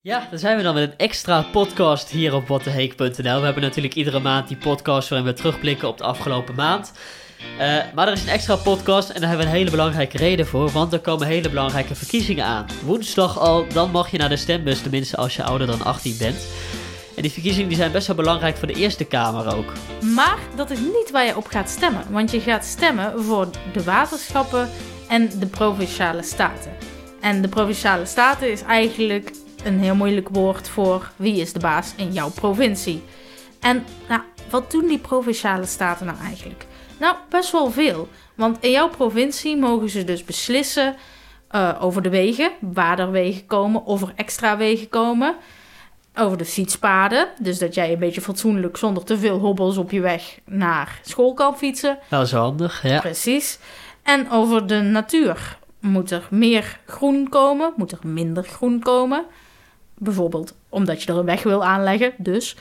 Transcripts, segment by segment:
Ja, dan zijn we dan met een extra podcast hier op whattheheek.nl. We hebben natuurlijk iedere maand die podcast waarin we terugblikken op de afgelopen maand. Maar er is een extra podcast en daar hebben we een hele belangrijke reden voor, want er komen hele belangrijke verkiezingen aan. Woensdag al, dan mag je naar de stembus, tenminste als je ouder dan 18 bent. En die verkiezingen die zijn best wel belangrijk voor de Eerste Kamer ook. Maar dat is niet waar je op gaat stemmen, want je gaat stemmen voor de waterschappen en de Provinciale Staten. En de Provinciale Staten is eigenlijk een heel moeilijk woord voor wie is de baas in jouw provincie. En wat doen die Provinciale Staten nou eigenlijk? Nou, best wel veel. Want in jouw provincie mogen ze dus beslissen over de wegen, waar er wegen komen, of er extra wegen komen. Over de fietspaden, dus dat jij een beetje fatsoenlijk zonder te veel hobbels op je weg naar school kan fietsen. Dat is handig, ja. Precies. En over de natuur. Moet er meer groen komen? Moet er minder groen komen? Bijvoorbeeld omdat je er een weg wil aanleggen, dus.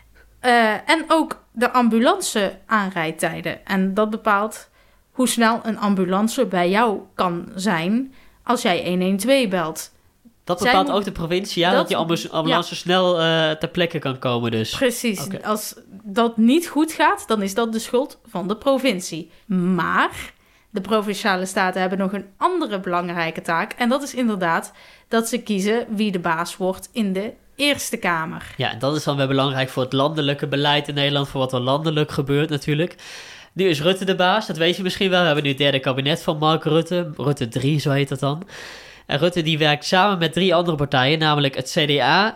En ook de ambulance aanrijdtijden. En dat bepaalt hoe snel een ambulance bij jou kan zijn als jij 112 belt. Dat bepaalt ook de provincie, ja, dat die ambulance snel ter plekke kan komen dus. Precies. Okay. Als dat niet goed gaat, dan is dat de schuld van de provincie. Maar de Provinciale Staten hebben nog een andere belangrijke taak. En dat is inderdaad dat ze kiezen wie de baas wordt in de Eerste Kamer. Ja, en dat is dan weer belangrijk voor het landelijke beleid in Nederland, voor wat er landelijk gebeurt natuurlijk. Nu is Rutte de baas, dat weet je misschien wel. We hebben nu het derde kabinet van Mark Rutte. Rutte 3, zo heet dat dan. En Rutte die werkt samen met 3 andere partijen, namelijk het CDA,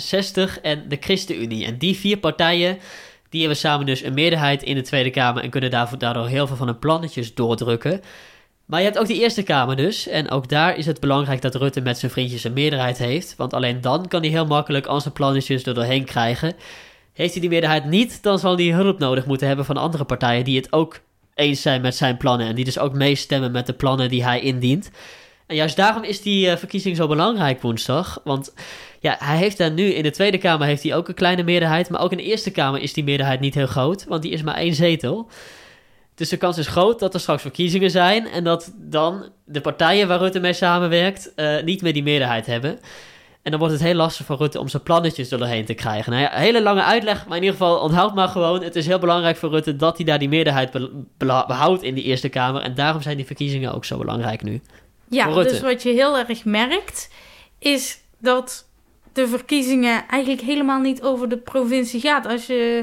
D66 en de ChristenUnie. En die 4 partijen, die hebben samen dus een meerderheid in de Tweede Kamer en kunnen daardoor heel veel van hun plannetjes doordrukken. Maar je hebt ook de Eerste Kamer dus. En ook daar is het belangrijk dat Rutte met zijn vriendjes een meerderheid heeft. Want alleen dan kan hij heel makkelijk al zijn plannetjes er doorheen krijgen. Heeft hij die meerderheid niet, dan zal hij hulp nodig moeten hebben van andere partijen die het ook eens zijn met zijn plannen. En die dus ook meestemmen met de plannen die hij indient. En juist daarom is die verkiezing zo belangrijk woensdag. Want ja, hij heeft dan nu in de Tweede Kamer heeft hij ook een kleine meerderheid. Maar ook in de Eerste Kamer is die meerderheid niet heel groot. Want die is maar 1 zetel. Dus de kans is groot dat er straks verkiezingen zijn. En dat dan de partijen waar Rutte mee samenwerkt niet meer die meerderheid hebben. En dan wordt het heel lastig voor Rutte om zijn plannetjes er doorheen te krijgen. Nou ja, hele lange uitleg, maar in ieder geval onthoud maar gewoon. Het is heel belangrijk voor Rutte dat hij daar die meerderheid behoudt in die Eerste Kamer. En daarom zijn die verkiezingen ook zo belangrijk nu. Ja, dus wat je heel erg merkt, is dat de verkiezingen eigenlijk helemaal niet over de provincie gaat. Als je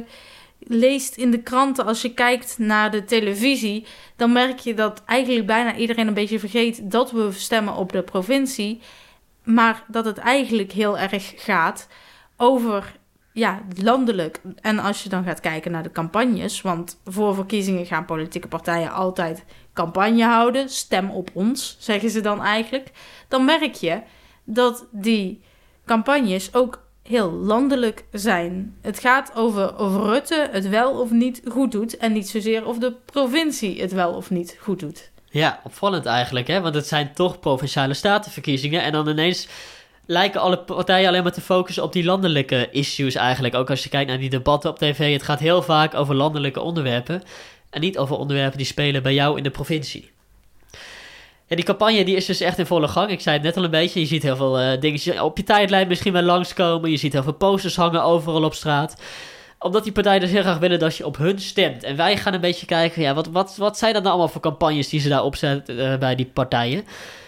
leest in de kranten, als je kijkt naar de televisie, dan merk je dat eigenlijk bijna iedereen een beetje vergeet dat we stemmen op de provincie. Maar dat het eigenlijk heel erg gaat over landelijk. En als je dan gaat kijken naar de campagnes, want voor verkiezingen gaan politieke partijen altijd campagne houden. Stem op ons, zeggen ze dan eigenlijk. Dan merk je dat die campagnes ook heel landelijk zijn. Het gaat over of Rutte het wel of niet goed doet en niet zozeer of de provincie het wel of niet goed doet. Ja, opvallend eigenlijk, hè? Want het zijn toch Provinciale Statenverkiezingen en dan ineens lijken alle partijen alleen maar te focussen op die landelijke issues eigenlijk. Ook als je kijkt naar die debatten op tv, het gaat heel vaak over landelijke onderwerpen en niet over onderwerpen die spelen bij jou in de provincie. Ja, die campagne die is dus echt in volle gang. Ik zei het net al een beetje. Je ziet heel veel dingen op je tijdlijn misschien wel langskomen. Je ziet heel veel posters hangen overal op straat. Omdat die partijen dus heel graag willen dat je op hun stemt. En wij gaan een beetje kijken, ja, wat zijn dat nou allemaal voor campagnes die ze daar opzetten bij die partijen?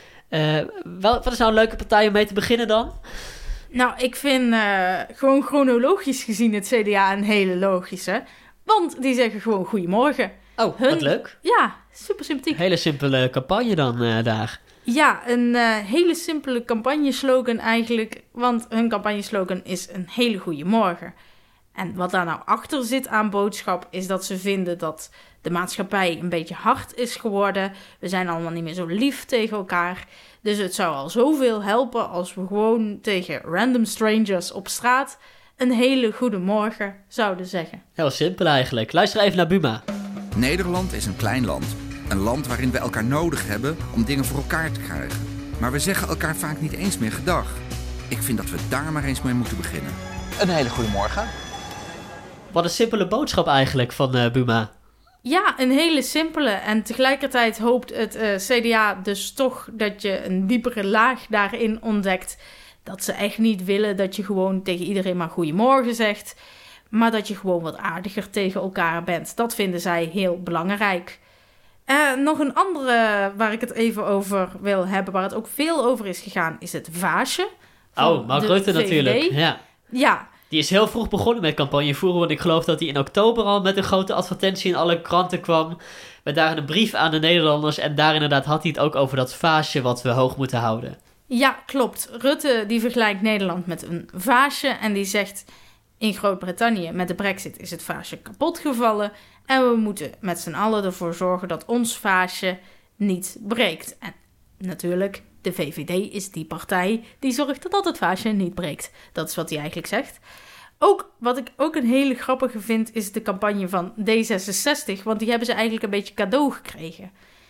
Wat is nou een leuke partij om mee te beginnen dan? Nou, ik vind gewoon chronologisch gezien het CDA een hele logische. Want die zeggen gewoon goedemorgen. Oh, wat leuk. Ja, super sympathiek. Hele simpele campagne dan daar. Ja, een hele simpele campagneslogan eigenlijk. Want hun campagneslogan is een hele goede morgen. En wat daar nou achter zit aan boodschap is dat ze vinden dat de maatschappij een beetje hard is geworden. We zijn allemaal niet meer zo lief tegen elkaar. Dus het zou al zoveel helpen als we gewoon tegen random strangers op straat een hele goede morgen zouden zeggen. Heel simpel eigenlijk. Luister even naar Buma. Nederland is een klein land. Een land waarin we elkaar nodig hebben om dingen voor elkaar te krijgen. Maar we zeggen elkaar vaak niet eens meer gedag. Ik vind dat we daar maar eens mee moeten beginnen. Een hele goede morgen. Wat een simpele boodschap eigenlijk van Buma. Ja, een hele simpele. En tegelijkertijd hoopt het CDA dus toch dat je een diepere laag daarin ontdekt. Dat ze echt niet willen dat je gewoon tegen iedereen maar goedemorgen zegt. Maar dat je gewoon wat aardiger tegen elkaar bent. Dat vinden zij heel belangrijk. Nog een andere waar ik het even over wil hebben, waar het ook veel over is gegaan, is het vaasje. Mark Rutte VVD. natuurlijk. Ja. Die is heel vroeg begonnen met campagne voeren, want ik geloof dat hij in oktober al met een grote advertentie in alle kranten kwam. Met daar een brief aan de Nederlanders en daar inderdaad had hij het ook over dat vaasje wat we hoog moeten houden. Ja, klopt. Rutte die vergelijkt Nederland met een vaasje en die zegt in Groot-Brittannië met de Brexit is het vaasje kapot gevallen en we moeten met z'n allen ervoor zorgen dat ons vaasje niet breekt. En natuurlijk, de VVD is die partij die zorgt dat het vaasje niet breekt. Dat is wat hij eigenlijk zegt. Wat ik ook een hele grappige vind is de campagne van D66, want die hebben ze eigenlijk een beetje cadeau gekregen.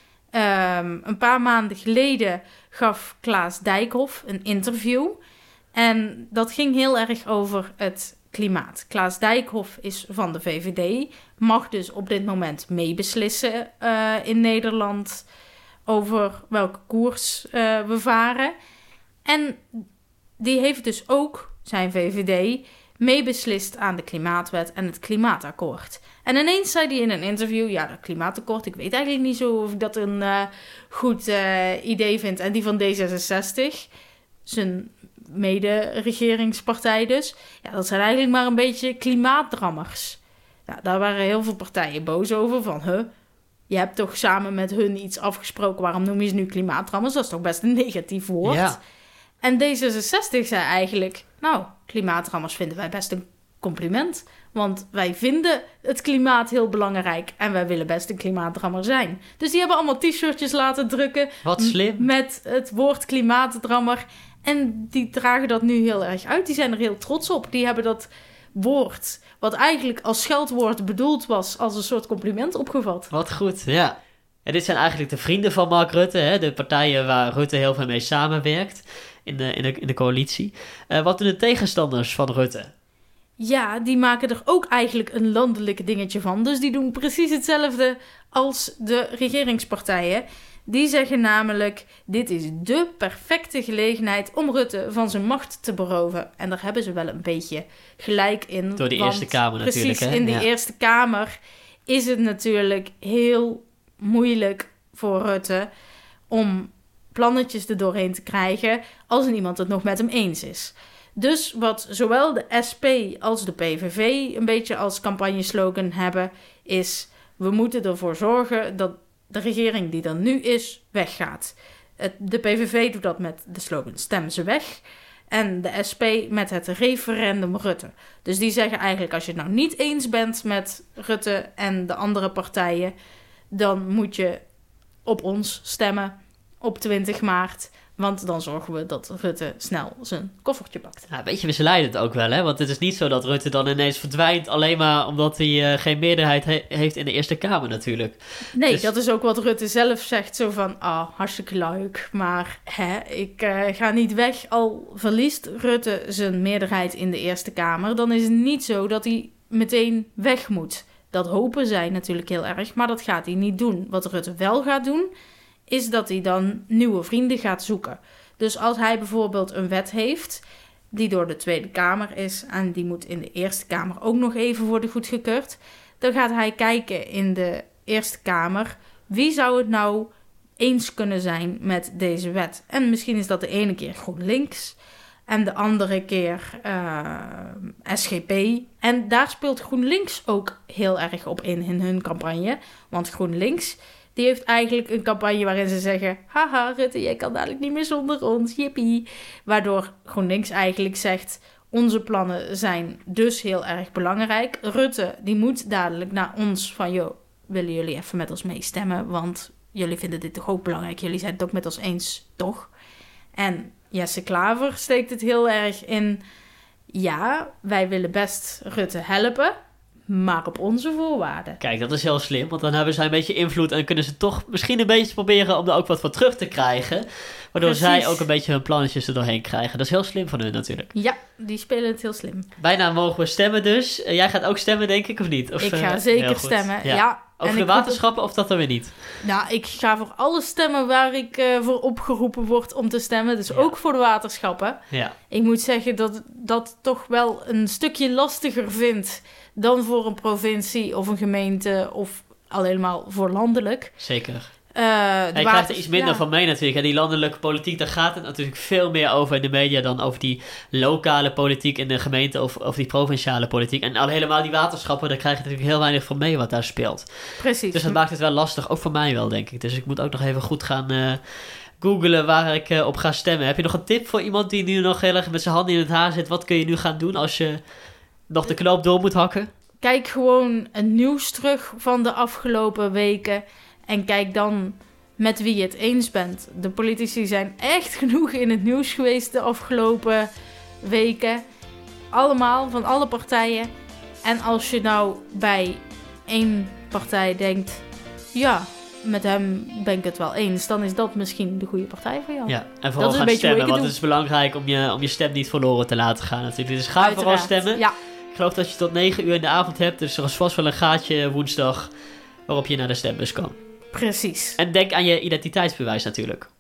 Een paar maanden geleden gaf Klaas Dijkhoff een interview. En dat ging heel erg over het klimaat. Klaas Dijkhoff is van de VVD. Mag dus op dit moment meebeslissen in Nederland over welke koers we varen. En die heeft dus ook, zijn VVD, meebeslist aan de klimaatwet en het klimaatakkoord. En ineens zei hij in een interview, ja, dat klimaatakkoord, ik weet eigenlijk niet zo of ik dat een goed idee vind. En die van D66, zijn mede-regeringspartij dus, ja, dat zijn eigenlijk maar een beetje klimaatdrammers. Nou, daar waren heel veel partijen boos over, van, je hebt toch samen met hun iets afgesproken, waarom noem je ze nu klimaatdrammers? Dat is toch best een negatief woord. Ja. En D66 zei eigenlijk, nou, klimaatdrammers vinden wij best een compliment. Want wij vinden het klimaat heel belangrijk en wij willen best een klimaatdrammer zijn. Dus die hebben allemaal t-shirtjes laten drukken. Wat slim. Met het woord klimaatdrammer. En die dragen dat nu heel erg uit. Die zijn er heel trots op. Die hebben dat woord, wat eigenlijk als scheldwoord bedoeld was, als een soort compliment opgevat. Wat goed, ja. En dit zijn eigenlijk de vrienden van Mark Rutte, hè? De partijen waar Rutte heel veel mee samenwerkt in de coalitie. Wat doen de tegenstanders van Rutte? Ja, die maken er ook eigenlijk een landelijk dingetje van. Dus die doen precies hetzelfde als de regeringspartijen. Die zeggen namelijk, dit is dé perfecte gelegenheid om Rutte van zijn macht te beroven. En daar hebben ze wel een beetje gelijk in. Door de Eerste Kamer natuurlijk. Precies, in de Eerste Kamer is het natuurlijk heel moeilijk voor Rutte om plannetjes er doorheen te krijgen als niemand het nog met hem eens is. Dus wat zowel de SP als de PVV een beetje als campagneslogan hebben, is we moeten ervoor zorgen dat de regering die er nu is, weggaat. De PVV doet dat met de slogan stem ze weg. En de SP met het referendum Rutte. Dus die zeggen eigenlijk, als je het nou niet eens bent met Rutte en de andere partijen, dan moet je op ons stemmen op 20 maart. Want dan zorgen we dat Rutte snel zijn koffertje pakt. Ja, een beetje misleidend ook wel, hè? Want het is niet zo dat Rutte dan ineens verdwijnt, alleen maar omdat hij geen meerderheid heeft in de Eerste Kamer natuurlijk. Nee, dus dat is ook wat Rutte zelf zegt. Zo van, hartstikke leuk, maar ik ga niet weg. Al verliest Rutte zijn meerderheid in de Eerste Kamer, dan is het niet zo dat hij meteen weg moet. Dat hopen zij natuurlijk heel erg, maar dat gaat hij niet doen. Wat Rutte wel gaat doen, is dat hij dan nieuwe vrienden gaat zoeken. Dus als hij bijvoorbeeld een wet heeft die door de Tweede Kamer is en die moet in de Eerste Kamer ook nog even worden goedgekeurd, dan gaat hij kijken in de Eerste Kamer wie zou het nou eens kunnen zijn met deze wet. En misschien is dat de ene keer GroenLinks en de andere keer SGP. En daar speelt GroenLinks ook heel erg op in hun campagne. Want GroenLinks die heeft eigenlijk een campagne waarin ze zeggen, haha Rutte, jij kan dadelijk niet meer zonder ons, jippie. Waardoor GroenLinks eigenlijk zegt, onze plannen zijn dus heel erg belangrijk. Rutte, die moet dadelijk naar ons van, joh, willen jullie even met ons meestemmen? Want jullie vinden dit toch ook belangrijk? Jullie zijn het ook met ons eens, toch? En Jesse Klaver steekt het heel erg in, ja, wij willen best Rutte helpen, maar op onze voorwaarden. Kijk, dat is heel slim, want dan hebben zij een beetje invloed en kunnen ze toch misschien een beetje proberen om er ook wat voor terug te krijgen. Waardoor zij ook een beetje hun plannetjes er doorheen krijgen. Dat is heel slim van hun natuurlijk. Ja, die spelen het heel slim. Bijna mogen we stemmen dus. Jij gaat ook stemmen, denk ik, of niet? Of, ik ga zeker stemmen. Ja, Over En de ik hoop waterschappen of dat dan weer niet? Nou, ik ga voor alle stemmen waar ik voor opgeroepen word om te stemmen. Dus Ja. ook voor de waterschappen. Ja, Ik moet zeggen dat dat toch wel een stukje lastiger vind dan voor een provincie of een gemeente of al helemaal voor landelijk. zeker. De Je krijgt er waters- iets minder ja. van mee natuurlijk. En die landelijke politiek, daar gaat het natuurlijk veel meer over in de media dan over die lokale politiek in de gemeente of die provinciale politiek. En al helemaal die waterschappen, daar krijg je natuurlijk heel weinig van mee wat daar speelt. Precies. Dus dat maakt het wel lastig, ook voor mij wel, denk ik. Dus ik moet ook nog even goed gaan googlen waar ik op ga stemmen. Heb je nog een tip voor iemand die nu nog heel erg met zijn handen in het haar zit? Wat kun je nu gaan doen als je nog de knoop door moet hakken? Kijk gewoon het nieuws terug van de afgelopen weken. En kijk dan met wie je het eens bent. De politici zijn echt genoeg in het nieuws geweest de afgelopen weken. Allemaal, van alle partijen. En als je nou bij één partij denkt... Ja, met hem ben ik het wel eens. Dan is dat misschien de goede partij voor jou. Ja, en Dat vooral is een gaan beetje hoe stemmen, ik het want doe. het is belangrijk om je stem niet verloren te laten gaan natuurlijk. Dus ga vooral Uiteraard. stemmen. Ja, Ik geloof dat je tot 9 uur in de avond hebt, dus er is vast wel een gaatje woensdag waarop je naar de stembus kan. precies. En denk aan je identiteitsbewijs natuurlijk.